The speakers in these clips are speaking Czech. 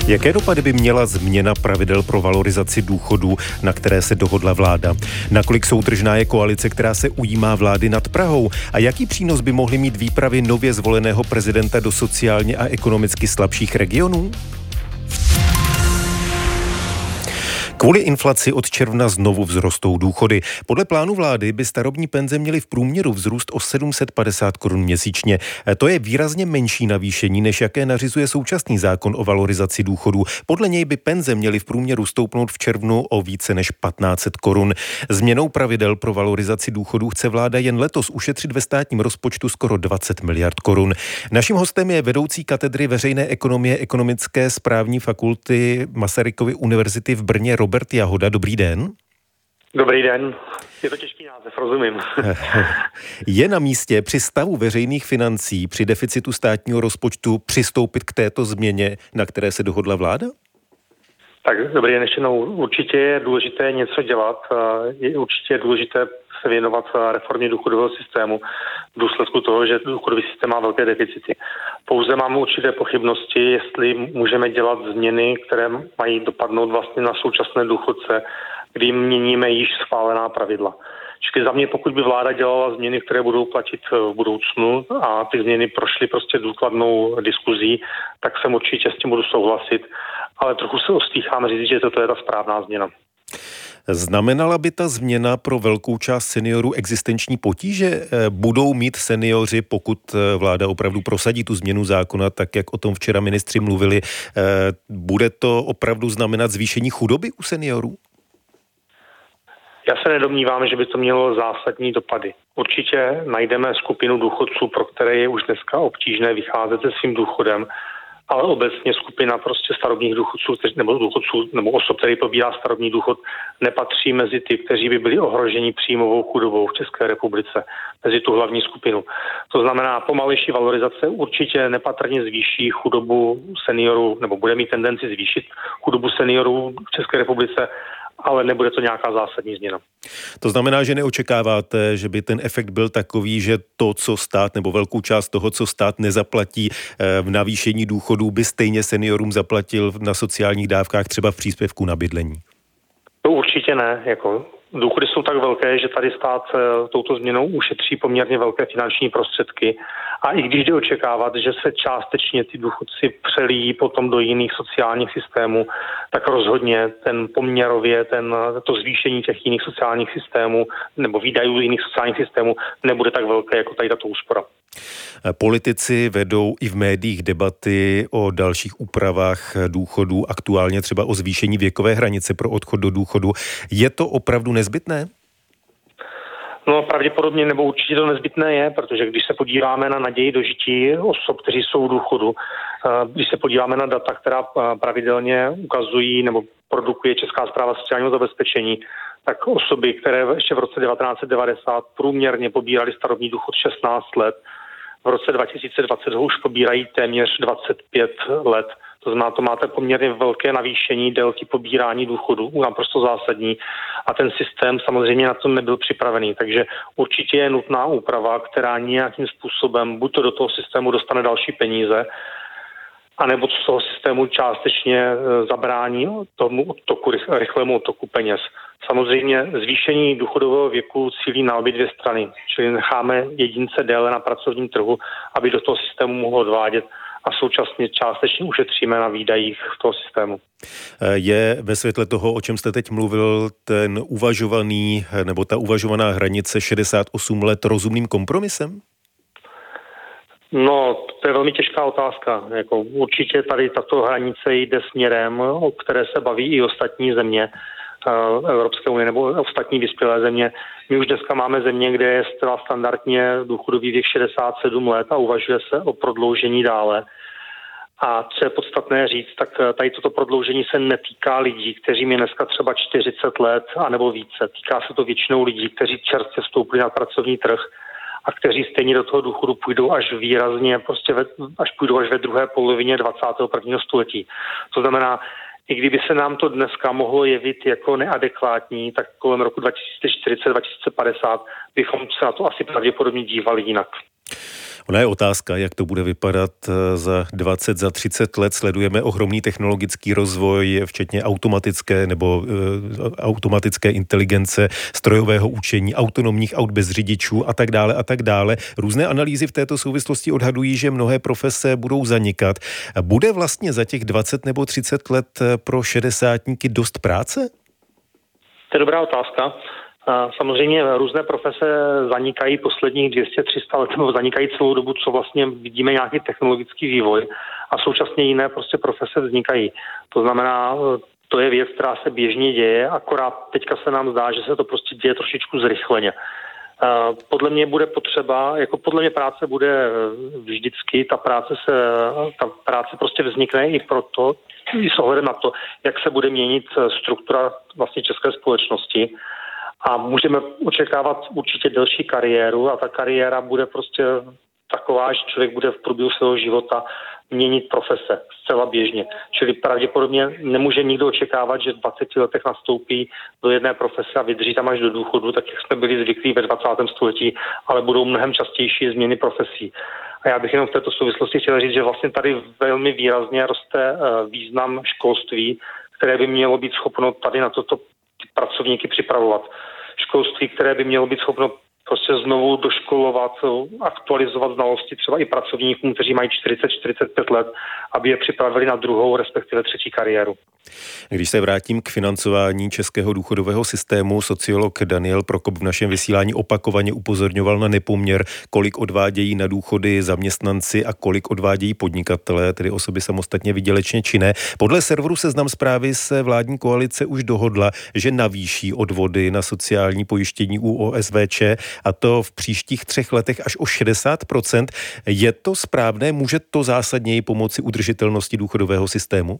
Jaké dopady by měla změna pravidel pro valorizaci důchodů, na které se dohodla vláda? Nakolik soudržná je koalice, která se ujímá vlády nad Prahou? A jaký přínos by mohly mít výpravy nově zvoleného prezidenta do sociálně a ekonomicky slabších regionů? Kvůli inflaci od června znovu vzrostou důchody. Podle plánu vlády by starobní penze měly v průměru vzrůst o 750 korun měsíčně. To je výrazně menší navýšení, než jaké nařizuje současný zákon o valorizaci důchodů. Podle něj by penze měly v průměru stoupnout v červnu o více než 1500 korun. Změnou pravidel pro valorizaci důchodů chce vláda jen letos ušetřit ve státním rozpočtu skoro 20 miliard korun. Naším hostem je vedoucí katedry veřejné ekonomie Ekonomické správní fakulty Masarykovy univerzity v Brně Robert Jahoda. Dobrý den. Dobrý den. Je to těžký název, rozumím. Je na místě při stavu veřejných financí, při deficitu státního rozpočtu přistoupit k této změně, na které se dohodla vláda? Tak dobrý den, ještě jednou. Určitě je důležité něco dělat. Je určitě důležité se věnovat reformě důchodového systému v důsledku toho, že důchodový systém má velké deficity. Pouze máme určité pochybnosti, jestli můžeme dělat změny, které mají dopadnout vlastně na současné důchodce, kdy měníme již schválená pravidla. Čili za mě, pokud by vláda dělala změny, které budou platit v budoucnu a ty změny prošly prostě důkladnou diskuzí, tak jsem určitě s tím budu souhlasit, ale trochu se ostýchám říct, že toto je ta správná změna. Znamenala by ta změna pro velkou část seniorů existenční potíže? Budou mít seniori, pokud vláda opravdu prosadí tu změnu zákona, tak jak o tom včera ministři mluvili, bude to opravdu znamenat zvýšení chudoby u seniorů? Já se nedomnívám, že by to mělo zásadní dopady. Určitě najdeme skupinu důchodců, pro které je už dneska obtížné vycházet se svým důchodem, ale obecně skupina prostě starobních důchodců nebo osob, který pobírá starobní důchod, nepatří mezi ty, kteří by byli ohroženi příjmovou chudobou v České republice, mezi tu hlavní skupinu. To znamená, pomalejší valorizace určitě nepatrně zvýší chudobu seniorů, nebo bude mít tendenci zvýšit chudobu seniorů v České republice, ale nebude to nějaká zásadní změna. To znamená, že neočekáváte, že by ten efekt byl takový, že to, co stát, nebo velkou část toho, co stát nezaplatí v navýšení důchodů, by stejně seniorům zaplatil na sociálních dávkách, třeba v příspěvku na bydlení? To určitě ne. Důchody jsou tak velké, že tady stát touto změnou ušetří poměrně velké finanční prostředky. A i když jde očekávat, že se částečně ty důchodci přelíjí potom do jiných sociálních systémů, tak rozhodně ten poměrově, to zvýšení těch jiných sociálních systémů nebo výdajů jiných sociálních systémů nebude tak velké jako tady tato úspora. Politici vedou i v médiích debaty o dalších úpravách důchodů, aktuálně třeba o zvýšení věkové hranice pro odchod do důchodu. Je to opravdu nezbytné? No pravděpodobně nebo určitě to nezbytné je, protože když se podíváme na naději dožití osob, kteří jsou v důchodu, když se podíváme na data, která pravidelně ukazují nebo produkuje Česká správa sociálního zabezpečení, tak osoby, které ještě v roce 1990 průměrně pobíraly starobní důchod 16 let, v roce 2020 ho už pobírají téměř 25 let. To znamená, to máte poměrně velké navýšení délky pobírání důchodu, naprosto zásadní. A ten systém samozřejmě na to nebyl připravený. Takže určitě je nutná úprava, která nějakým způsobem buď to do toho systému dostane další peníze, anebo z toho systému částečně zabrání tomu rychlému odtoku peněz. Samozřejmě zvýšení důchodového věku cílí na obě dvě strany, čili necháme jedince déle na pracovním trhu, aby do toho systému mohl odvádět a současně částečně ušetříme na výdajích toho systému. Je ve světle toho, o čem jste teď mluvil, ten uvažovaný nebo ta uvažovaná hranice 68 let rozumným kompromisem? No, to je velmi těžká otázka. Určitě tady tato hranice jde směrem, o které se baví i ostatní země Evropské unie nebo ostatní vyspělé země. My už dneska máme země, kde je zcela standardně důchodový věk 67 let a uvažuje se o prodloužení dále. A co je podstatné říct, tak tady toto prodloužení se netýká lidí, kteří mají dneska třeba 40 let anebo více. Týká se to většinou lidí, kteří čerstvě vstoupili na pracovní trh a kteří stejně do toho důchodu půjdou až výrazně, až půjdou až ve druhé polovině 21. století. To znamená, i kdyby se nám to dneska mohlo jevit jako neadekvátní, tak kolem roku 2040-2050 bychom se na to asi pravděpodobně dívali jinak. Ona je otázka, jak to bude vypadat za 20, za 30 let. Sledujeme ohromný technologický rozvoj, včetně automatické inteligence, strojového učení, autonomních aut bez řidičů a tak dále a tak dále. Různé analýzy v této souvislosti odhadují, že mnohé profese budou zanikat. Bude vlastně za těch 20 nebo 30 let pro šedesátníky dost práce? To je dobrá otázka. Samozřejmě různé profese zanikají posledních 200-300 let, nebo zanikají celou dobu, co vlastně vidíme nějaký technologický vývoj a současně jiné prostě profese vznikají. To znamená, to je věc, která se běžně děje, akorát teďka se nám zdá, že se to prostě děje trošičku zrychleně. Podle mě bude potřeba, podle mě práce bude vždycky, ta práce prostě vznikne i proto, i s ohledem na to, jak se bude měnit struktura vlastně české společnosti. A můžeme očekávat určitě delší kariéru a ta kariéra bude prostě taková, že člověk bude v průběhu svého života měnit profese zcela běžně. Čili pravděpodobně nemůže nikdo očekávat, že v 20 letech nastoupí do jedné profese a vydrží tam až do důchodu, tak jak jsme byli zvyklí ve 20. století, ale budou mnohem častější změny profesí. A já bych jenom v této souvislosti chtěl říct, že vlastně tady velmi výrazně roste význam školství, které by mělo být schopno tady na toto pracovníky připravovat. Školství, které by mělo být schopno prostě znovu doškolovat, aktualizovat znalosti třeba i pracovníkům, kteří mají 40-45 let, aby je připravili na druhou, respektive třetí kariéru. Když se vrátím k financování českého důchodového systému, sociolog Daniel Prokop v našem vysílání opakovaně upozorňoval na nepoměr, kolik odvádějí na důchody zaměstnanci a kolik odvádějí podnikatelé, tedy osoby samostatně výdělečně činné. Podle serveru Seznam Zprávy se vládní koalice už dohodla, že navýší odvody na sociální pojištění u OSVČ, a to v příštích 3 letech až o 60%. Je to správné? Může to zásadněji pomoci udržitelnosti důchodového systému?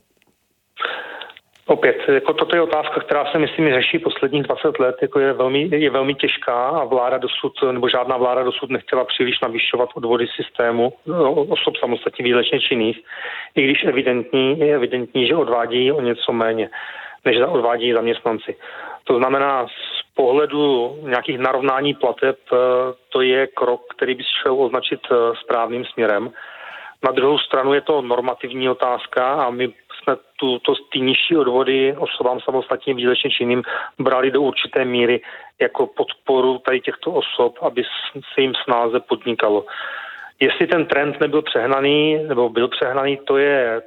Opět, toto je otázka, která se myslím řeší posledních 20 let, je velmi těžká a žádná vláda dosud nechtěla příliš navyšovat odvody systému osob samostatně výdělečně činných, i když je evidentní, že odvádějí o něco méně, než odvádějí zaměstnanci. To znamená, z pohledu nějakých narovnání plateb to je krok, který by šel označit správným směrem. Na druhou stranu je to normativní otázka a my jsme ty nižší odvody osobám samostatně výdělečně činným brali do určité míry jako podporu tady těchto osob, aby se jim snáze podnikalo. Jestli ten trend nebyl přehnaný, nebo byl přehnaný, to je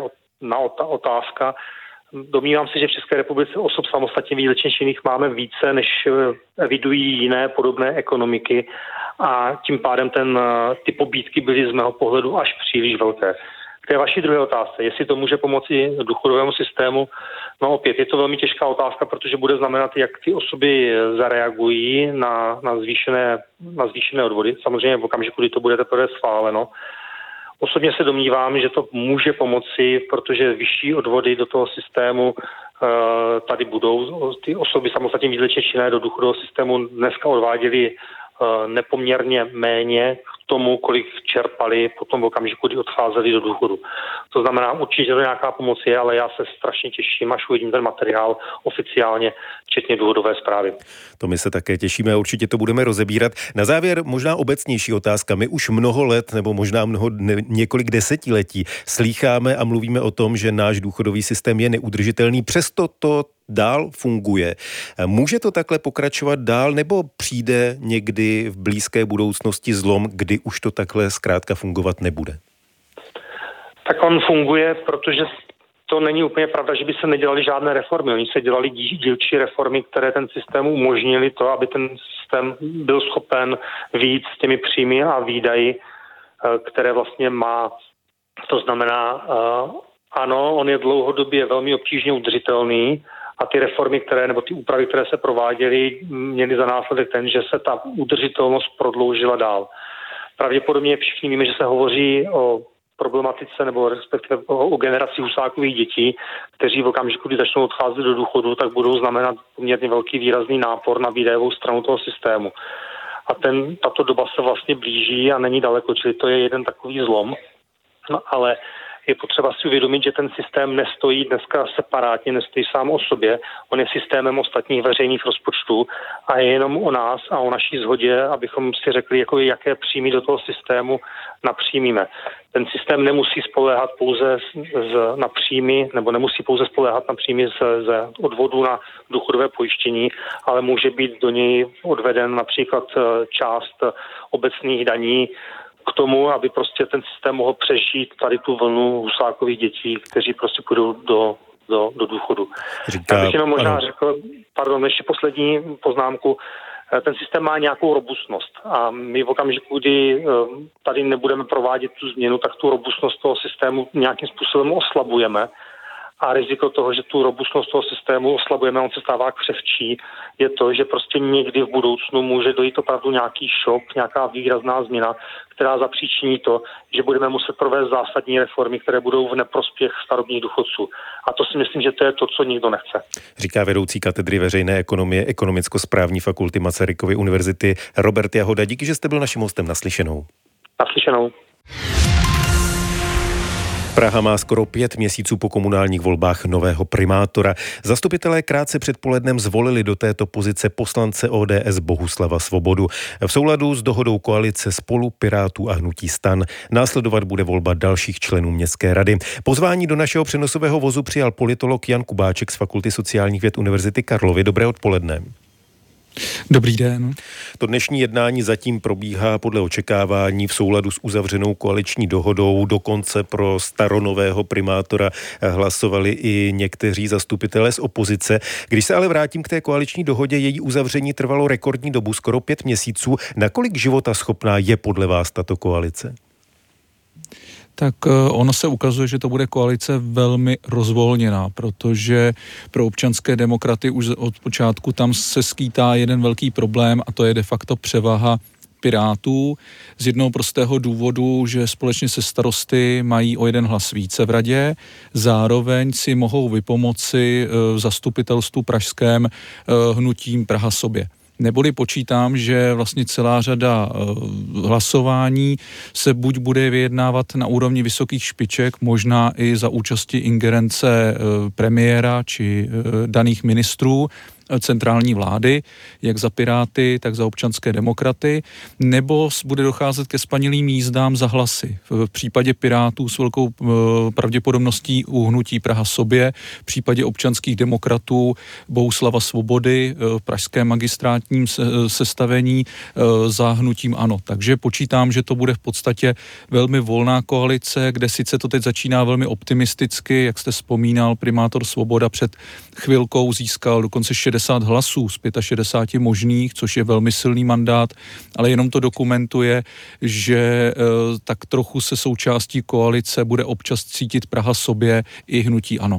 otázka. Domnívám se, že v České republice osob samostatně výdělečně činných máme více, než evidují jiné podobné ekonomiky a tím pádem ty pobídky byly z mého pohledu až příliš velké. K té vaší druhé otázce, jestli to může pomoci důchodovému systému, no opět je to velmi těžká otázka, protože bude znamenat, jak ty osoby zareagují na zvýšené odvody. Samozřejmě v okamžiku, kdy to bude teprve schváleno. Osobně se domnívám, že to může pomoci, protože vyšší odvody do toho systému tady budou. Ty osoby samostatně výdělečně činné do důchodového systému dneska odváděly nepoměrně méně k tomu, kolik čerpali potom v okamžiku, kdy odcházeli do důchodu. To znamená, určitě to nějaká pomoc je, ale já se strašně těším, až uvidím ten materiál oficiálně, včetně důvodové zprávy. To my se také těšíme a určitě to budeme rozebírat. Na závěr možná obecnější otázka. My už mnoho let, nebo možná několik desetiletí slýcháme a mluvíme o tom, že náš důchodový systém je neudržitelný, přesto to dál funguje. Může to takhle pokračovat dál, nebo přijde někdy v blízké budoucnosti zlom, kdy už to takhle zkrátka fungovat nebude? Tak on funguje, protože to není úplně pravda, že by se nedělaly žádné reformy. Oni se dělali dílčí reformy, které ten systém umožnili to, aby ten systém byl schopen vyjít s těmi příjmy a výdaji, které vlastně má. To znamená, ano, on je dlouhodobě velmi obtížně udržitelný, a ty reformy, nebo ty úpravy, které se prováděly, měly za následek ten, že se ta udržitelnost prodloužila dál. Pravděpodobně všichni víme, že se hovoří o problematice nebo respektive o generaci Husákových dětí, kteří v okamžiku, kdy začnou odcházet do důchodu, tak budou znamenat poměrně velký výrazný nápor na výdajovou stranu toho systému. A tato doba se vlastně blíží a není daleko, čili to je jeden takový zlom. No, ale Je potřeba si uvědomit, že ten systém nestojí dneska separátně, nestojí sám o sobě. On je systémem ostatních veřejných rozpočtů a je jenom o nás a o naší shodě, abychom si řekli, jako jaké příjmy do toho systému napřímíme. Ten systém nemusí spoléhat pouze na příjmy, nebo nemusí pouze spoléhat na příjmy z odvodu na důchodové pojištění, ale může být do něj odveden například část obecných daní k tomu, aby prostě ten systém mohl přežít tady tu vlnu Husákových dětí, kteří prostě půjdou do důchodu. Já bych jenom možná řekl, ještě poslední poznámku, ten systém má nějakou robustnost a my v okamžiku, kdy tady nebudeme provádět tu změnu, tak tu robustnost toho systému nějakým způsobem oslabujeme. A riziko toho, že tu robustnost toho systému oslabujeme, on se stává křehčí, je to, že prostě někdy v budoucnu může dojít opravdu nějaký šok, nějaká výrazná změna, která zapříčiní to, že budeme muset provést zásadní reformy, které budou v neprospěch starobních důchodců. A to si myslím, že to je to, co nikdo nechce. Říká vedoucí katedry veřejné ekonomie Ekonomicko-správní fakulty Masarykovy univerzity Robert Jahoda. Díky, že jste byl naším hostem. Naslyšenou. Naslyšenou. Praha má skoro 5 měsíců po komunálních volbách nového primátora. Zastupitelé krátce před polednem zvolili do této pozice poslance ODS Bohuslava Svobodu. V souladu s dohodou koalice Spolu, Pirátů a Hnutí STAN následovat bude volba dalších členů městské rady. Pozvání do našeho přenosového vozu přijal politolog Jan Kubáček z Fakulty sociálních věd Univerzity Karlovy. Dobré odpoledne. Dobrý den. To dnešní jednání zatím probíhá podle očekávání v souladu s uzavřenou koaliční dohodou. Dokonce pro staronového primátora hlasovali i někteří zastupitelé z opozice. Když se ale vrátím k té koaliční dohodě, její uzavření trvalo rekordní dobu, skoro 5 měsíců. Nakolik životaschopná je podle vás tato koalice? Tak ono se ukazuje, že to bude koalice velmi rozvolněná, protože pro občanské demokraty už od počátku tam se skýtá jeden velký problém a to je de facto převaha Pirátů z jednoho prostého důvodu, že společně se starosty mají o jeden hlas více v radě, zároveň si mohou vypomoci v zastupitelstvu pražském hnutím Praha sobě. Neboli počítám, že vlastně celá řada hlasování se buď bude vyjednávat na úrovni vysokých špiček, možná i za účasti ingerence premiéra či daných ministrů centrální vlády, jak za Piráty, tak za občanské demokraty, nebo bude docházet ke spanilým jízdám za hlasy. V případě Pirátů s velkou pravděpodobností u hnutí Praha sobě, v případě občanských demokratů Bohuslava Svobody v pražském magistrátním sestavení za hnutím ANO. Takže počítám, že to bude v podstatě velmi volná koalice, kde sice to teď začíná velmi optimisticky, jak jste vzpomínal, primátor Svoboda před chvilkou získal dokonce 60 hlasů z 65 možných, což je velmi silný mandát, ale jenom to dokumentuje, že tak trochu se součástí koalice bude občas cítit Praha sobě i hnutí ANO.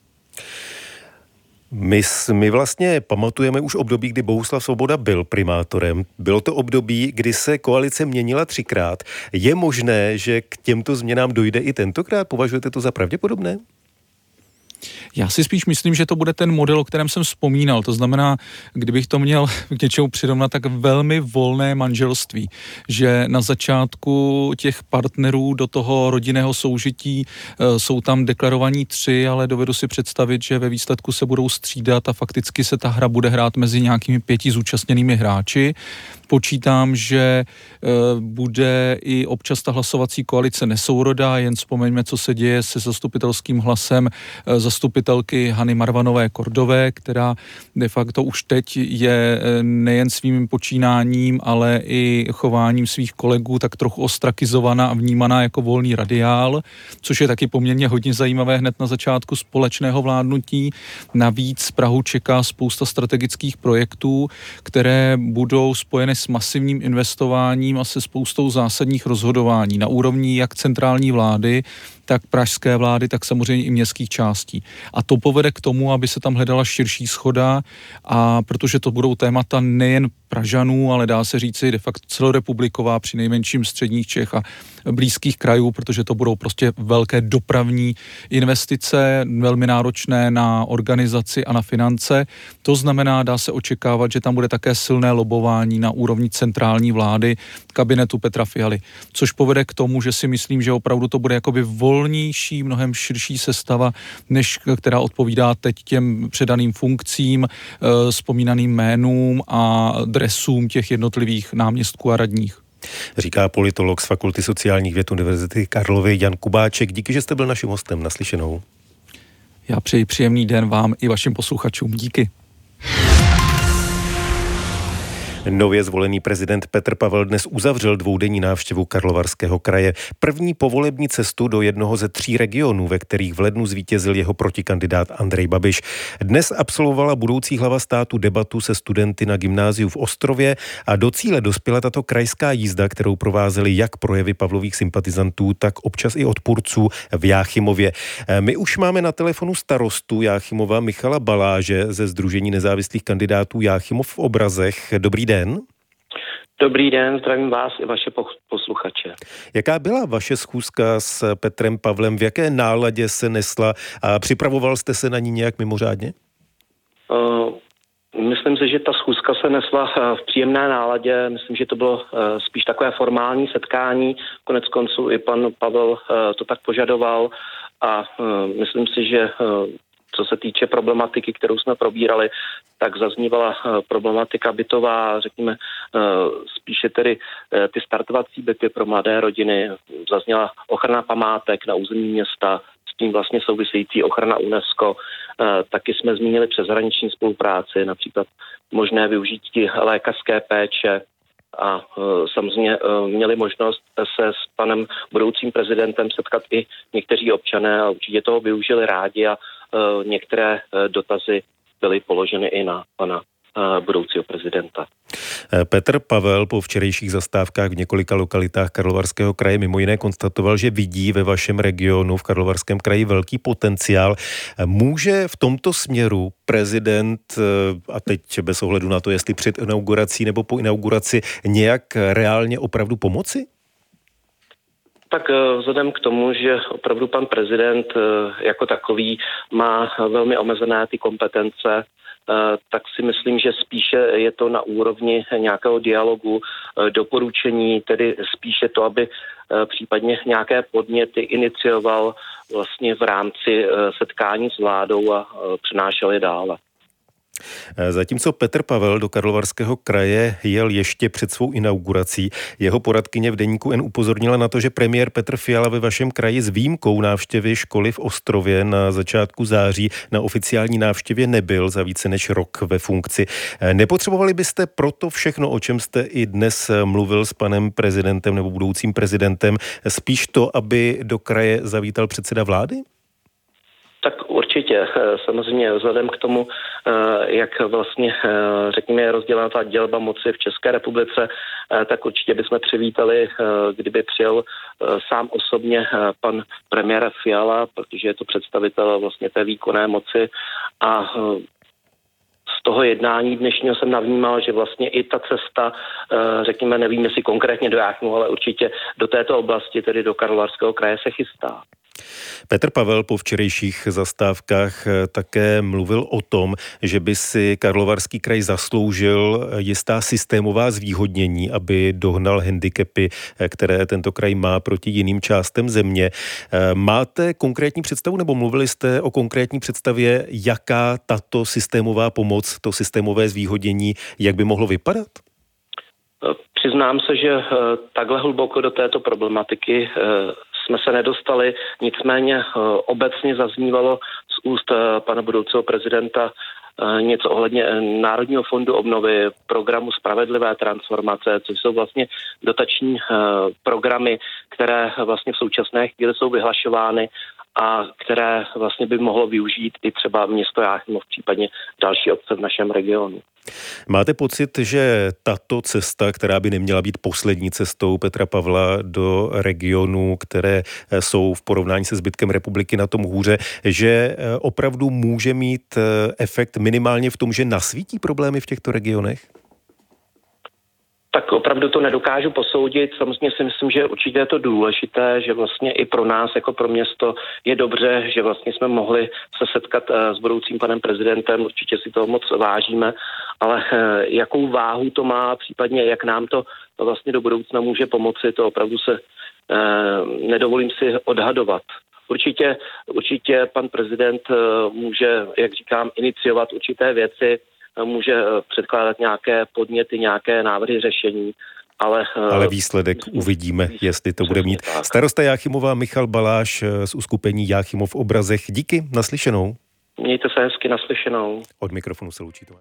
My vlastně pamatujeme už období, kdy Bohuslav Svoboda byl primátorem. Bylo to období, kdy se koalice měnila 3krát. Je možné, že k těmto změnám dojde i tentokrát? Považujete to za pravděpodobné? Já si spíš myslím, že to bude ten model, o kterém jsem vzpomínal. To znamená, kdybych to měl k něčemu přirovnat, tak velmi volné manželství. Že na začátku těch partnerů do toho rodinného soužití jsou tam deklarovaní 3, ale dovedu si představit, že ve výsledku se budou střídat a fakticky se ta hra bude hrát mezi nějakými 5 zúčastněnými hráči. Počítám, že bude i občas ta hlasovací koalice nesourodá, jen vzpomeňme, co se děje se zastupitelským hlasem zastupitelky Hany Marvanové Kordové, která de facto už teď je nejen svým počínáním, ale i chováním svých kolegů tak trochu ostrakizovaná a vnímaná jako volný radiál, což je taky poměrně hodně zajímavé hned na začátku společného vládnutí. Navíc Prahu čeká spousta strategických projektů, které budou spojené s masivním investováním a se spoustou zásadních rozhodování na úrovni jak centrální vlády, tak pražské vlády, tak samozřejmě i městských částí. A to povede k tomu, aby se tam hledala širší shoda, a protože to budou témata nejen Pražanů, ale dá se říci de facto celorepubliková, přinejmenším středních Čech a blízkých krajů, protože to budou prostě velké dopravní investice, velmi náročné na organizaci a na finance. To znamená, dá se očekávat, že tam bude také silné lobování na úrovni centrální vlády, kabinetu Petra Fialy, což povede k tomu, že si myslím, že opravdu to bude jakoby volnější, mnohem širší sestava, než která odpovídá teď těm předaným funkcím, vzpomínaným jménům a dresům těch jednotlivých náměstků a radních. Říká politolog z Fakulty sociálních věd Univerzity Karlovy Jan Kubáček. Díky, že jste byl naším hostem. Naslyšenou. Já přeji příjemný den vám i vašim posluchačům. Díky. Nově zvolený prezident Petr Pavel dnes uzavřel dvoudenní návštěvu Karlovarského kraje. První povolební cestu do jednoho ze 3 regionů, ve kterých v lednu zvítězil jeho protikandidát Andrej Babiš. Dnes absolvovala budoucí hlava státu debatu se studenty na gymnáziu v Ostrově a do cíle dospěla tato krajská jízda, kterou provázely jak projevy Pavlových sympatizantů, tak občas i odpůrců v Jáchymově. My už máme na telefonu starostu Jáchymova Michala Baláže ze Sdružení nezávislých kandidátů Jáchymov v obrazech. Dobrý den. Dobrý den, zdravím vás i vaše posluchače. Jaká byla vaše schůzka s Petrem Pavlem? V jaké náladě se nesla a připravoval jste se na ní nějak mimořádně? Myslím si, že ta schůzka se nesla v příjemné náladě. Myslím, že to bylo spíš takové formální setkání. Konec konců i pan Pavel to tak požadoval a myslím si, že co se týče problematiky, kterou jsme probírali, tak zaznívala problematika bytová, řekněme spíše tedy ty startovací byty pro mladé rodiny. Zazněla ochrana památek na území města, s tím vlastně související ochrana UNESCO. Taky jsme zmínili přeshraniční spolupráci, například možné využití lékařské péče a samozřejmě měli možnost se s panem budoucím prezidentem setkat i někteří občané a určitě toho využili rádi a některé dotazy byly položeny i na pana budoucího prezidenta. Petr Pavel po včerejších zastávkách v několika lokalitách Karlovarského kraje mimo jiné konstatoval, že vidí ve vašem regionu v Karlovarském kraji velký potenciál. Může v tomto směru prezident, a teď bez ohledu na to, jestli před inaugurací nebo po inauguraci, nějak reálně opravdu pomoci? Tak vzhledem k tomu, že opravdu pan prezident jako takový má velmi omezené ty kompetence, tak si myslím, že spíše je to na úrovni nějakého dialogu, doporučení, tedy spíše to, aby případně nějaké podněty inicioval vlastně v rámci setkání s vládou a přenášel je dále. Zatímco Petr Pavel do Karlovarského kraje jel ještě před svou inaugurací, jeho poradkyně v deníku N upozornila na to, že premiér Petr Fiala ve vašem kraji s výjimkou návštěvy školy v Ostrově na začátku září na oficiální návštěvě nebyl za více než rok ve funkci. Nepotřebovali byste proto všechno, o čem jste i dnes mluvil s panem prezidentem nebo budoucím prezidentem, spíš to, aby do kraje zavítal předseda vlády? Tak určitě, samozřejmě vzhledem k tomu, jak vlastně, řekněme, je rozdělená ta dělba moci v České republice, tak určitě bychom přivítali, kdyby přijel sám osobně pan premiér Fiala, protože je to představitel vlastně té výkonné moci a z toho jednání dnešního jsem navnímal, že vlastně i ta cesta, řekněme, nevím, jestli konkrétně do Jáchymu, ale určitě do této oblasti, tedy do Karlovarského kraje se chystá. Petr Pavel po včerejších zastávkách také mluvil o tom, že by si Karlovarský kraj zasloužil jistá systémová zvýhodnění, aby dohnal handicapy, které tento kraj má proti jiným částem země. Máte konkrétní představu, nebo mluvili jste o konkrétní představě, jaká tato systémová pomoc, to systémové zvýhodnění, jak by mohlo vypadat? Přiznám se, že takhle hluboko do této problematiky jsme se nedostali, nicméně obecně zaznívalo z úst pana budoucího prezidenta něco ohledně Národního fondu obnovy, programu Spravedlivé transformace, což jsou vlastně dotační programy, které vlastně v současné chvíli jsou vyhlašovány a které vlastně by mohlo využít i třeba město Jáchymov, případně další obce v našem regionu. Máte pocit, že tato cesta, která by neměla být poslední cestou Petra Pavla do regionů, které jsou v porovnání se zbytkem republiky na tom hůře, že opravdu může mít efekt minimálně v tom, že nasvítí problémy v těchto regionech? Tak opravdu to nedokážu posoudit. Samozřejmě si myslím, že určitě je to důležité, že vlastně i pro nás, jako pro město, je dobře, že vlastně jsme mohli se setkat s budoucím panem prezidentem. Určitě si toho moc vážíme, ale jakou váhu to má, případně jak nám to vlastně do budoucna může pomoci, to opravdu se nedovolím si odhadovat. Určitě pan prezident může, jak říkám, iniciovat určité věci, může předkládat nějaké podněty, nějaké návrhy řešení, ale výsledek uvidíme, jestli to bude mít. Tak. Starosta Jáchymova Michal Baláš z uskupení Jáchymov v Obrazech. Díky, naslyšenou. Mějte se hezky, naslyšenou. Od mikrofonu se loučí Tomáš.